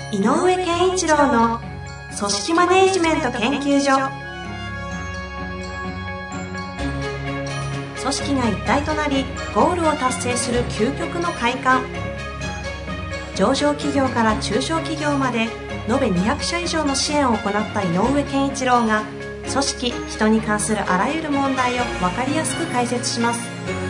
井上健一郎の組織マネジメント研究所。組織が一体となりゴールを達成する究極の快感。上場企業から中小企業まで延べ200社以上の支援を行った井上健一郎が、組織・人に関するあらゆる問題を分かりやすく解説します。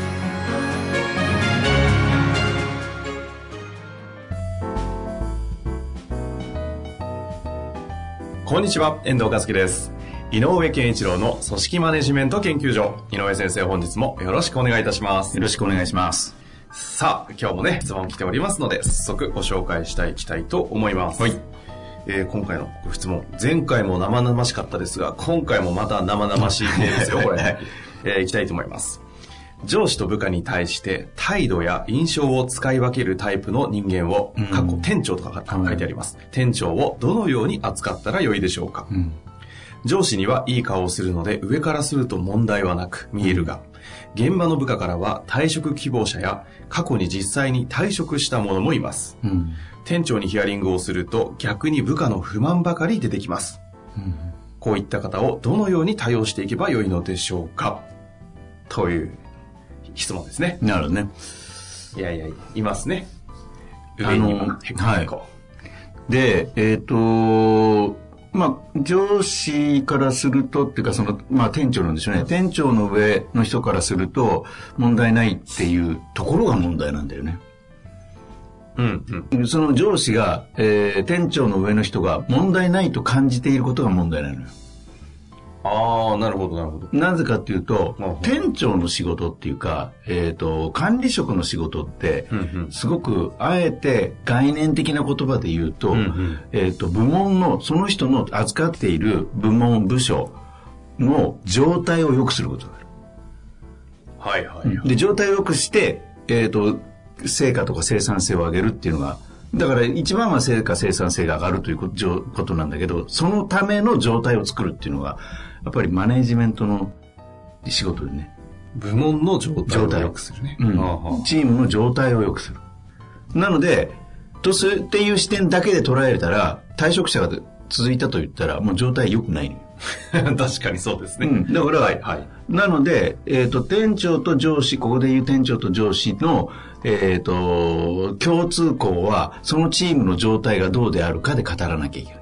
こんにちは、遠藤和樹です。井上健一郎の組織マネジメント研究所。井上先生、本日もよろしくお願いいたします。 よろしくお願いします。 さあ、今日もね、質問来ておりますので、早速ご紹介していきたいと思います。 はい。 今回のご質問、前回も生々しかったですが、今回もまた生々しい系ですよ、これ。いきたいと思います。上司と部下に対して態度や印象を使い分けるタイプの人間を、店長とか書いてあります。店長をどのように扱ったらよいでしょうか。上司にはいい顔をするので上からすると問題はなく見えるが、現場の部下からは退職希望者や過去に実際に退職した者もいます。店長にヒアリングをすると逆に部下の不満ばかり出てきます。こういった方をどのように対応していけばよいのでしょうか、という質問ですね。 なるほどね。 いやいや、いますね。上にもへこへこ。 で、上司からするとっていうか、店長なんでしょうね。店長の上の人からすると問題ないっていうところが問題なんだよね。その上司が、店長の上の人が問題ないと感じていることが問題なのよ。 ああ、なるほど、なるほど。 なぜかっていうと、店長の仕事っていうか、管理職の仕事って、すごく、あえて概念的な言葉で言うと、部門の、その人の扱っている部門、部署の状態を良くすることがある。で、状態を良くして、成果とか生産性を上げるっていうのが、だから一番は成果生産性が上がるということなんだけど、そのための状態を作るっていうのがやっぱりマネジメントの仕事でね。 部門の状態を良くするね。 チームの状態を良くする。なのでっていう視点だけで捉えたら、退職者が続いたと言ったらもう状態良くないのよ。 確かにそうですね。 だから、なので、店長と上司、ここでいう店長と上司の、共通項は、そのチームの状態がどうであるかで語り合わなきゃいけない。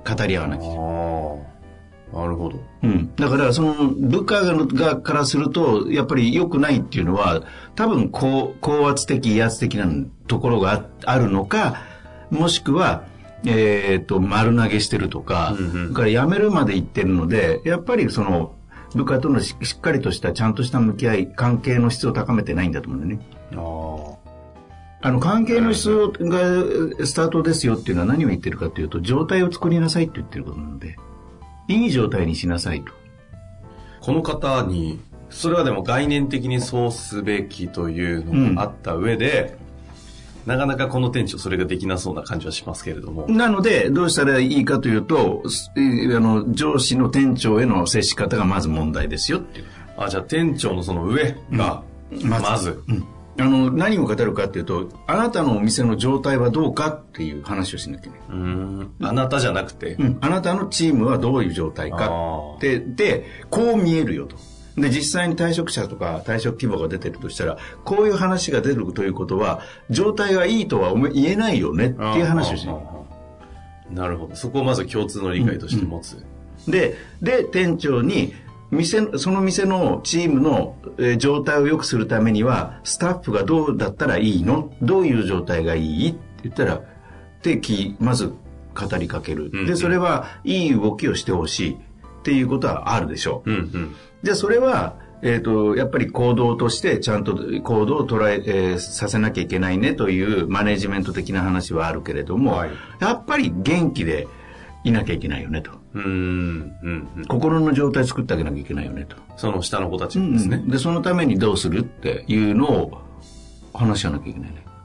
なるほど。 だから、その部下がからすると、やっぱり良くないっていうのは、多分高圧的、威圧的なところがあるのか、もしくは、丸投げしてるとか、だから辞めるまで言ってるので、やっぱりその部下とのしっかりとしたちゃんとした向き合い、関係の質を高めてないんだと思うんだよね。関係の質がスタートですよっていうのは何を言ってるかというと、状態を作りなさいって言ってることなので、いい状態にしなさいと。 この方に、それはでも概念的にそうすべきというのがあった上で、なかなかこの店長それができなそうな感じはしますけれども。 なので、どうしたらいいかというと、上司の店長への接し方がまず問題ですよっていう。 じゃあ店長のその上が、まず。 何を語るかっていうと、あなたのお店の状態はどうかっていう話をしなきゃいけない。 あなたじゃなくて、 あなたのチームはどういう状態かで、こう見えるよと。で、実際に退職者とか退職規模が出てるとしたら、こういう話が出るということは、状態がいいとは言えないよねっていう話をしない。 なるほど。そこをまず共通の理解として持つ。 で、店長に、その店のチームの状態を良くするためには、スタッフがどうだったらいいの？どういう状態がいいって言ったら、まず語りかける。で、それはいい動きをしてほしいっていうことはあるでしょう。で、それは、やっぱり行動としてちゃんと行動をさせなきゃいけないねというマネジメント的な話はあるけれども、やっぱり元気でいなきゃいけないよねと。心の状態作ってあげなきゃいけないよねと。 その下の子たちですね。 で、そのためにどうするっていうのを話し合わなきゃいけないね。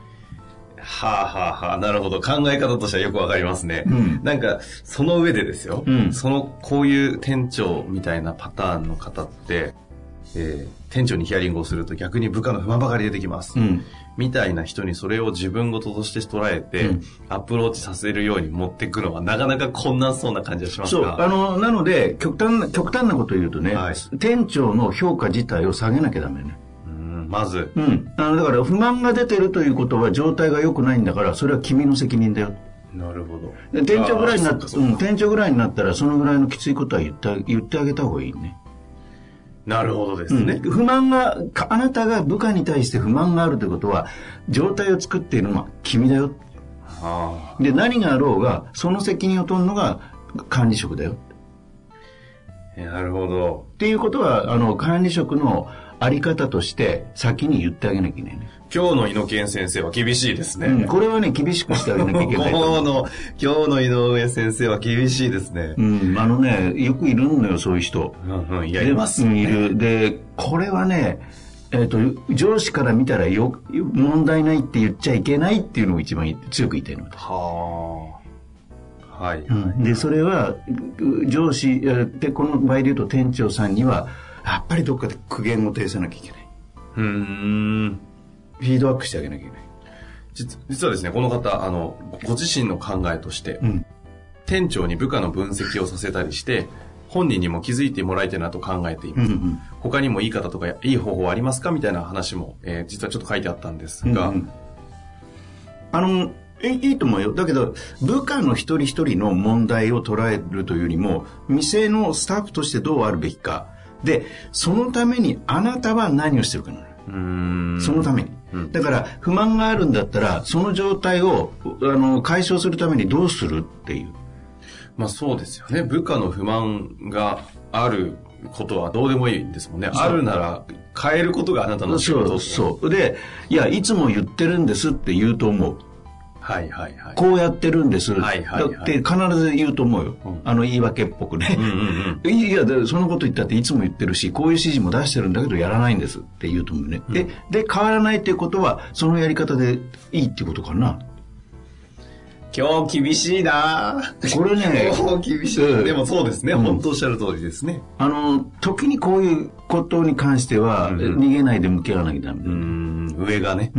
なるほど。考え方としてはよくわかりますね。なんか、その上でですよ。こういう店長みたいなパターンの方って、 店長にヒアリングをすると逆に部下の不満ばかり出てきます、みたいな人にそれを自分事として捉えて、アプローチさせるように持っていくのはなかなか困難そうな感じがしますが。 そうなので極端なことを言うとね、店長の評価自体を下げなきゃダメね。 まず、 だから不満が出てるということは状態が良くないんだから、それは君の責任だよ。 なるほど。 店長ぐらいになったらそのぐらいのきついことは言ってあげた方がいいね。 なるほどですね。 不満が、あなたが部下に対して不満があるということは、状態を作っているのは君だよ。で、何があろうが、その責任を取るのが管理職だよ。 なるほど。 っていうことは、管理職のあり方として先に言ってあげなきゃいけないね。 今日の猪野健先生は厳しいですね。 これはね、厳しくしてあげなきゃいけない。 今日の井上先生は厳しいですね。 よくいるのよ、そういう人。 いや、いますね。 いる。で、これはね、上司から見たら問題ないって言っちゃいけないっていうのを一番強く言いたいの。で、それは、上司、で、この場合で言うと店長さんには、やっぱりどっかで苦言を呈さなきゃいけない。フィードバックしてあげなきゃいけない。 実はですね、この方、ご自身の考えとして、店長に部下の分析をさせたりして、本人にも気づいてもらいたいなと考えています。他にもいい方とかいい方法ありますかみたいな話も、実はちょっと書いてあったんですが、 いいと思うよ。だけど、部下の一人一人の問題を捉えるというよりも、店のスタッフとしてどうあるべきか。で、そのためにあなたは何をしてるかなの。そのために。だから、不満があるんだったら、その状態を解消するためにどうするっていう。 そうですよね。部下の不満があることはどうでもいいんですもんね。あるなら変えることがあなたの仕事。 そうで、いや、いつも言ってるんですって言うと思う。こうやってるんです。だって必ず言うと思うよ。言い訳っぽくね。いや、そのこと言ったっていつも言ってるし、こういう指示も出してるんだけどやらないんですって言うと思うね。で、変わらないっていうことは、そのやり方でいいっていうことかな。 今日厳しいなこれね。 今日厳しい。でもそうですね。本当おっしゃる通りですね。 時にこういうことに関しては、逃げないで向き合わなきゃダメ。 上がね。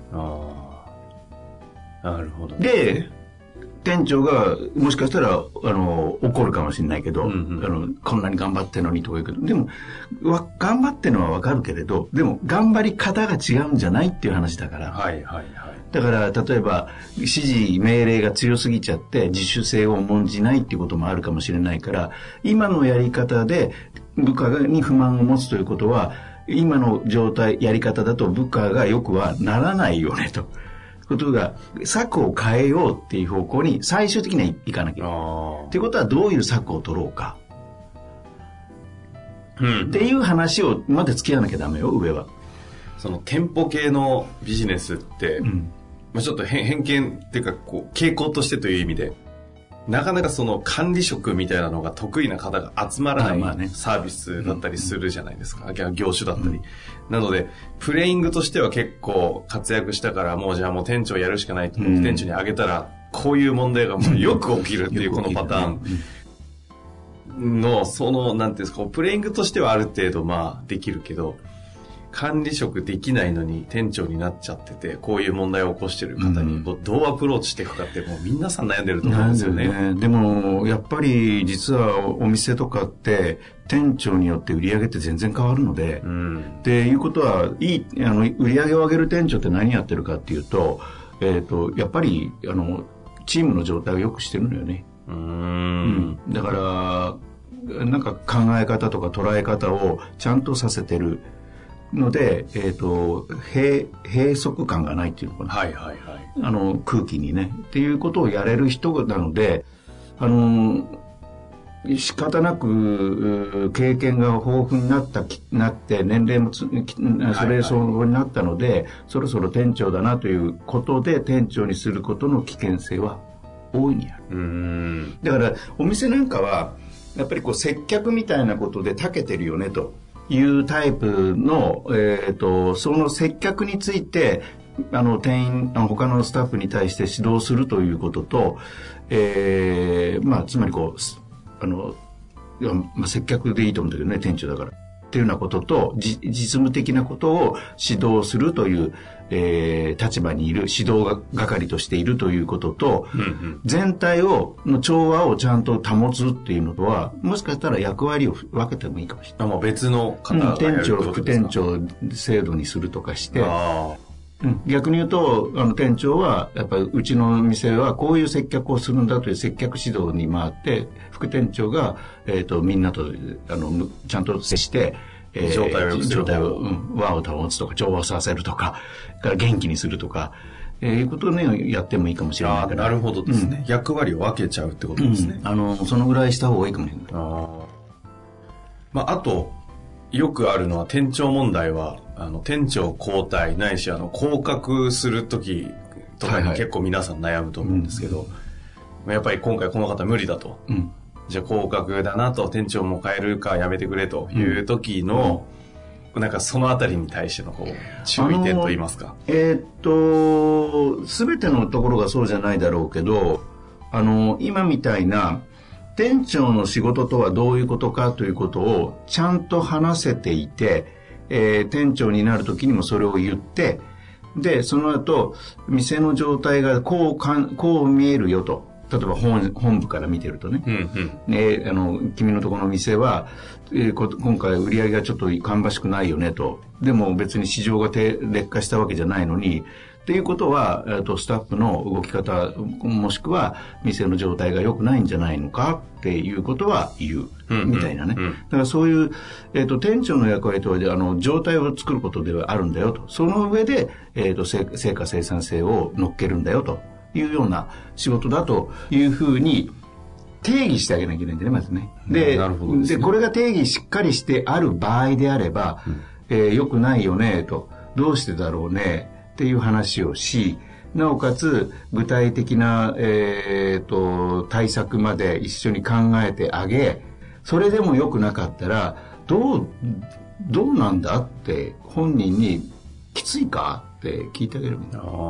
なるほど。 で、店長がもしかしたら怒るかもしれないけど、こんなに頑張ってるのにとか言うけど、でも頑張ってるのはわかるけれど、でも頑張り方が違うんじゃないっていう話だから。だから例えば指示命令が強すぎちゃって自主性を重んじないっていうこともあるかもしれないから、今のやり方で部下に不満を持つということは、今の状態やり方だと部下がよくはならないよねと。ことが策を変えようっていう方向に最終的にはいかなきゃいけない。っていうことはどういう策を取ろうか、っていう話をまで付き合わなきゃダメよ、上は。 その店舗系のビジネスって、ちょっと偏見っていうか傾向としてという意味で、なかなかその管理職みたいなのが得意な方が集まらないサービスだったりするじゃないですか。業種だったり。なので、プレイングとしては結構活躍したから、もうじゃあもう店長やるしかないと思って店長にあげたら、こういう問題がもうよく起きるっていうこのパターンの、なんていうんですか、プレイングとしてはある程度できるけど、管理職できないのに店長になっちゃってて、こういう問題を起こしてる方にどうアプローチしていくかって、もう皆さん悩んでると思うんですよね。 でもやっぱり実はお店とかって店長によって売り上げって全然変わるので、っていうことは売り上げを上げる店長って何やってるかっていうと、やっぱりチームの状態を良くしてるのよね。だからなんか考え方とか捉え方をちゃんとさせてるので、閉塞感がないっていうのかな。空気にね。っていうことをやれる人なので、仕方なく経験が豊富になって年齢もそれ相応になったので、そろそろ店長だなということで店長にすることの危険性は大いにある。だからお店なんかはやっぱり接客みたいなことで長けてるよねというタイプの、その接客について店員他のスタッフに対して指導するということと、つまり接客でいいと思うんだけどね、店長だからっっていうようなことと、実務的なことを指導するという、立場にいる、指導係としているということと、全体の調和をちゃんと保つっていうのとは、もしかしたら役割を分けてもいいかもしれない。 もう別の方が店長、副店長制度にするとかして、逆に言うと、店長は、やっぱりうちの店はこういう接客をするんだという接客指導に回って、副店長が、みんなと、ちゃんと接して、 状態を良くする。 和を保つとか、調和させるとか、から元気にするとか、いうことをね、やってもいいかもしれないから。 なるほどですね。役割を分けちゃうってことですね。 そのぐらいした方がいいかもしれない。 あと、よくあるのは店長問題は、店長交代ないし、降格するときとかに結構皆さん悩むと思うんですけど、やっぱり今回この方無理だと。じゃあ降格だなと、店長も変えるかやめてくれという時の、なんかそのあたりに対しての注意点といいますか。 すべてのところがそうじゃないだろうけど、今みたいな、店長の仕事とはどういうことかということをちゃんと話せていて、店長になる時にもそれを言って、で、その後、店の状態がこう見えるよと。例えば本部から見てるとね。君のところの店は、今回売り上げがちょっと芳しくないよねと。でも別に市場が劣化したわけじゃないのに、っていうことは、スタッフの動き方、もしくは店の状態が良くないんじゃないのかっていうことは言う、みたいなね。だからそういう、店長の役割とは、状態を作ることではあるんだよと。その上で、成果生産性を乗っけるんだよというような仕事だというふうに定義してあげなきゃいけないんだよね、まずね。で、これが定義しっかりしてある場合であれば、良くないよねと、どうしてだろうね、っていう話をし、なおかつ具体的な、対策まで一緒に考えてあげ、それでも良くなかったらどうなんだって本人にきついかって聞いてあげる。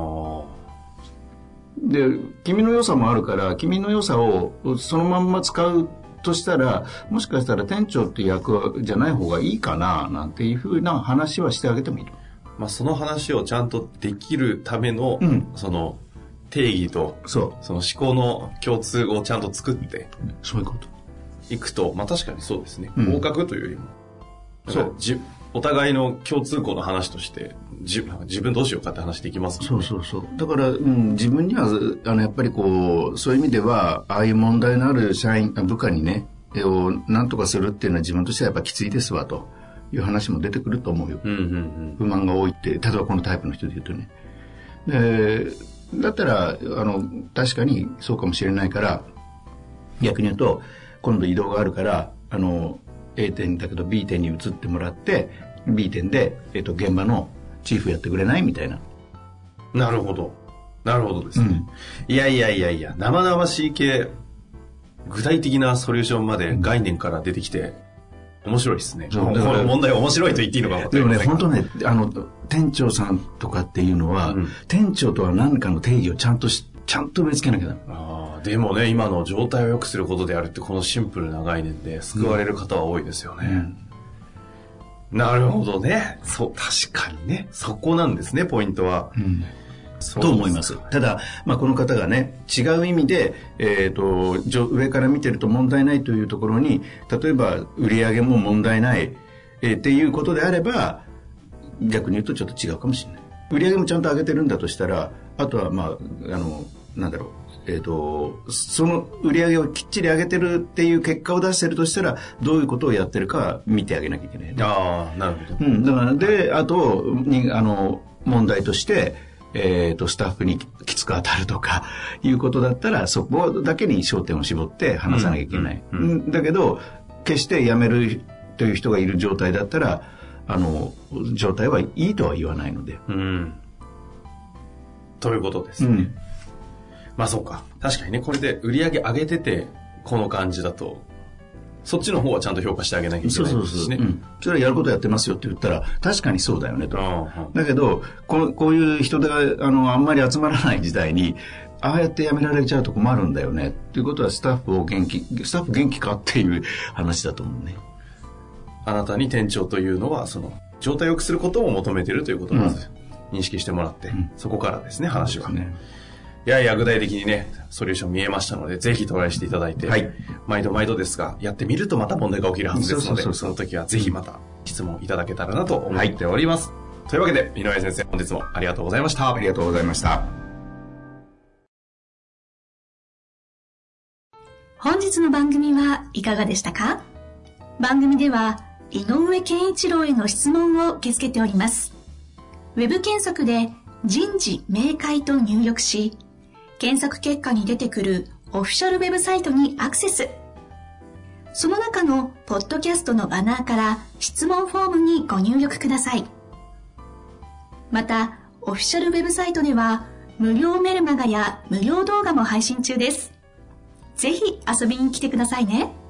で、君の良さもあるから君の良さをそのまんま使うとしたら、もしかしたら店長っていう役じゃない方がいいかななんていうふうな話はしてあげてもいいと。 その話をちゃんとできるための、その定義とその思考の共通をちゃんと作ってそういうこといくと、確かにそうですね。合格というよりも、お互いの共通項の話として自分どうしようかって話できますもんね。 そうだから、自分にはやっぱりそういう意味ではああいう問題のある部下にねを何とかするっていうのは自分としてはやっぱきついですわという話も出てくると思うよ。不満が多いって、例えばこのタイプの人で言うとね。だったら確かにそうかもしれないから、逆に言うと今度移動があるからA 店だけど B 店に移ってもらって B 店で、現場のチーフやってくれないみたいな。 なるほどですね。いや生々しい系具体的なソリューションまで概念から出てきて面白いですね。この問題面白いと言っていいのか分かってでもね、本当ね、店長さんとかっていうのは、店長とは何かの定義をちゃんと植え付けなきゃだ。 でもね、今の状態を良くすることであるってこのシンプルな概念で救われる方は多いですよね。なるほどね。そう、確かにね。そこなんですね、ポイントは。 と思います。ただ、この方がね、違う意味で、上から見てると問題ないというところに、例えば売り上げも問題ない、っていうことであれば、逆に言うとちょっと違うかもしれない。売り上げもちゃんと上げてるんだとしたら、あとはその売り上げをきっちり上げてるっていう結果を出してるとしたら、どういうことをやってるか見てあげなきゃいけない。 なるほど。 だからで、あとに問題として、スタッフにきつく当たるとかいうことだったら、そこだけに焦点を絞って話さなきゃいけない。だけど決して辞めるという人がいる状態だったら、状態はいいとは言わないので。 ということですね。そうか。確かにね、これで売り上げ上げててこの感じだと、そっちの方はちゃんと評価してあげなきゃいけないですしね。 それはやることやってますよって言ったら確かにそうだよねと。だけどこういう人手があんまり集まらない時代にああやって辞められちゃうと困るんだよねっていうことは、スタッフ元気かっていう話だと思うね。 あなたに店長というのはその状態を良くすることを求めているということをまず認識してもらって、そこからですね、話は。いやいや、具体的にね、ソリューション見えましたので、ぜひトライしていただいて、毎度毎度ですが、やってみるとまた問題が起きるはずですので、その時はぜひまた質問いただけたらなと思っております。というわけで、井上先生、本日もありがとうございました。 ありがとうございました。 本日の番組はいかがでしたか？番組では、井上健一郎への質問を受け付けております。ウェブ検索で人事明快と入力し、検索結果に出てくるオフィシャルウェブサイトにアクセス。その中のポッドキャストのバナーから質問フォームにご入力ください。また、オフィシャルウェブサイトでは無料メルマガや無料動画も配信中です。ぜひ遊びに来てくださいね。